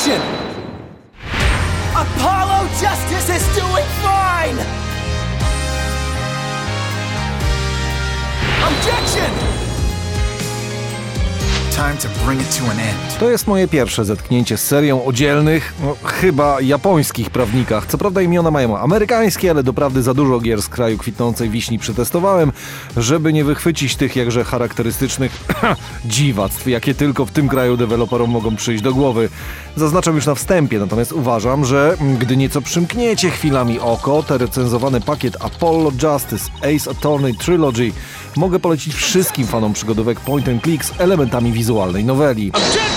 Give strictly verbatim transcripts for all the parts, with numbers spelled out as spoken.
Objection! Apollo Justice is doing fine! Objection! Time to bring it to an end. To jest moje pierwsze zetknięcie z serią o dzielnych, no, chyba japońskich prawnikach. Co prawda imiona mają amerykańskie, ale doprawdy za dużo gier z kraju kwitnącej wiśni przetestowałem, żeby nie wychwycić tych jakże charakterystycznych dziwactw, jakie tylko w tym kraju deweloperom mogą przyjść do głowy. Zaznaczam już na wstępie, natomiast uważam, że gdy nieco przymkniecie chwilami oko, ten recenzowany pakiet Apollo Justice Ace Attorney Trilogy mogę polecić wszystkim fanom przygodówek point and click z elementami wizualnej noweli.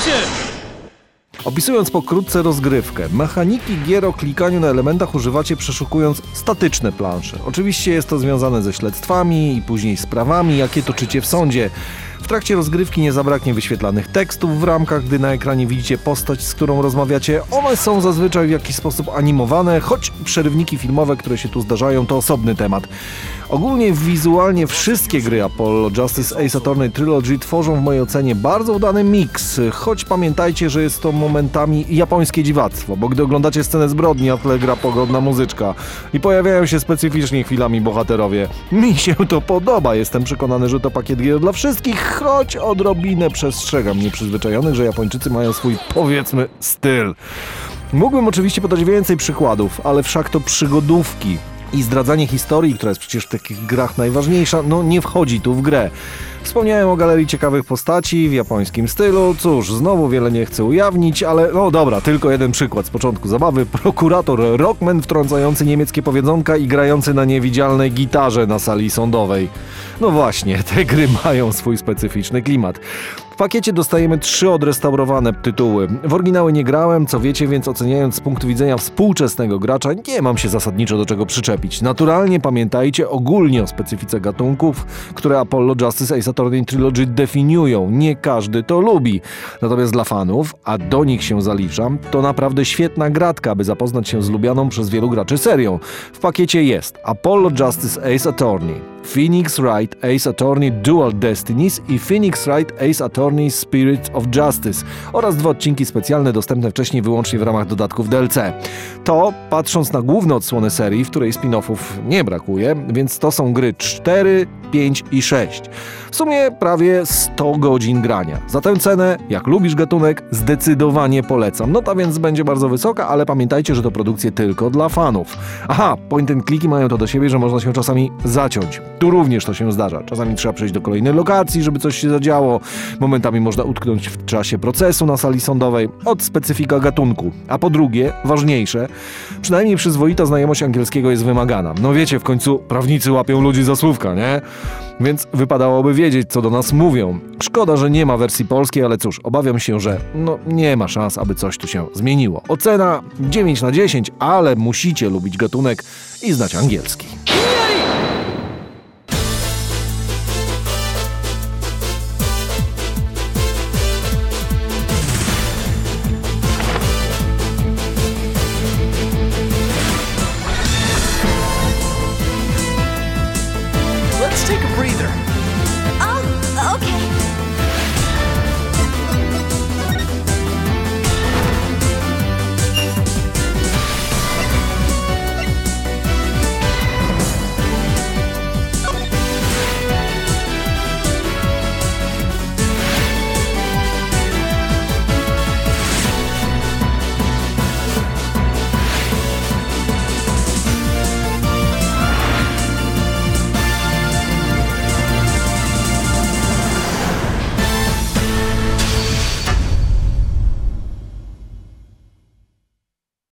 Opisując pokrótce rozgrywkę, mechaniki gier o klikaniu na elementach używacie przeszukując statyczne plansze. Oczywiście jest to związane ze śledztwami i później sprawami, jakie toczycie w sądzie. W trakcie rozgrywki nie zabraknie wyświetlanych tekstów w ramkach, gdy na ekranie widzicie postać, z którą rozmawiacie. One są zazwyczaj w jakiś sposób animowane, choć przerywniki filmowe, które się tu zdarzają, to osobny temat. Ogólnie wizualnie wszystkie gry Apollo Justice Ace Attorney Trilogy tworzą w mojej ocenie bardzo udany miks, choć pamiętajcie, że jest to momentami japońskie dziwactwo, bo gdy oglądacie scenę zbrodni, a w tle gra pogodna muzyczka i pojawiają się specyficznie chwilami bohaterowie. Mi się to podoba, jestem przekonany, że to pakiet gier dla wszystkich, choć odrobinę przestrzegam nieprzyzwyczajonych, że Japończycy mają swój, powiedzmy, styl. Mógłbym oczywiście podać więcej przykładów, ale wszak to przygodówki i zdradzanie historii, która jest przecież w takich grach najważniejsza, no nie wchodzi tu w grę. Wspomniałem o galerii ciekawych postaci w japońskim stylu. Cóż, znowu wiele nie chcę ujawnić, ale no dobra, tylko jeden przykład z początku zabawy. Prokurator Rockman wtrącający niemieckie powiedzonka i grający na niewidzialnej gitarze na sali sądowej. No właśnie, te gry mają swój specyficzny klimat. W pakiecie dostajemy trzy odrestaurowane tytuły. W oryginały nie grałem, co wiecie, więc oceniając z punktu widzenia współczesnego gracza nie mam się zasadniczo do czego przyczepić. Naturalnie pamiętajcie ogólnie o specyfice gatunków, które Apollo Justice Ace Attorney Trilogy definiują. Nie każdy to lubi. Natomiast dla fanów, a do nich się zaliczam, to naprawdę świetna gratka, by zapoznać się z lubianą przez wielu graczy serią. W pakiecie jest Apollo Justice Ace Attorney, Phoenix Wright Ace Attorney Dual Destinies i Phoenix Wright Ace Attorney Spirits of Justice oraz dwa odcinki specjalne dostępne wcześniej wyłącznie w ramach dodatków D L C. To, patrząc na główne odsłony serii, w której spin-offów nie brakuje, więc to są gry cztery, pięć i sześć. W sumie prawie sto godzin grania. Za tę cenę, jak lubisz gatunek, zdecydowanie polecam. No ta więc będzie bardzo wysoka, ale pamiętajcie, że to produkcje tylko dla fanów. Aha, point and clicki mają to do siebie, że można się czasami zaciąć. Tu również to się zdarza. Czasami trzeba przejść do kolejnej lokacji, żeby coś się zadziało. Momentami można utknąć w czasie procesu na sali sądowej. Od specyfika gatunku. A po drugie, ważniejsze, przynajmniej przyzwoita znajomość angielskiego jest wymagana. No wiecie, w końcu prawnicy łapią ludzi za słówka, nie? Więc wypadałoby wiedzieć, co do nas mówią. Szkoda, że nie ma wersji polskiej, ale cóż, obawiam się, że no nie ma szans, aby coś tu się zmieniło. Ocena dziewięć na dziesięć, ale musicie lubić gatunek i znać angielski.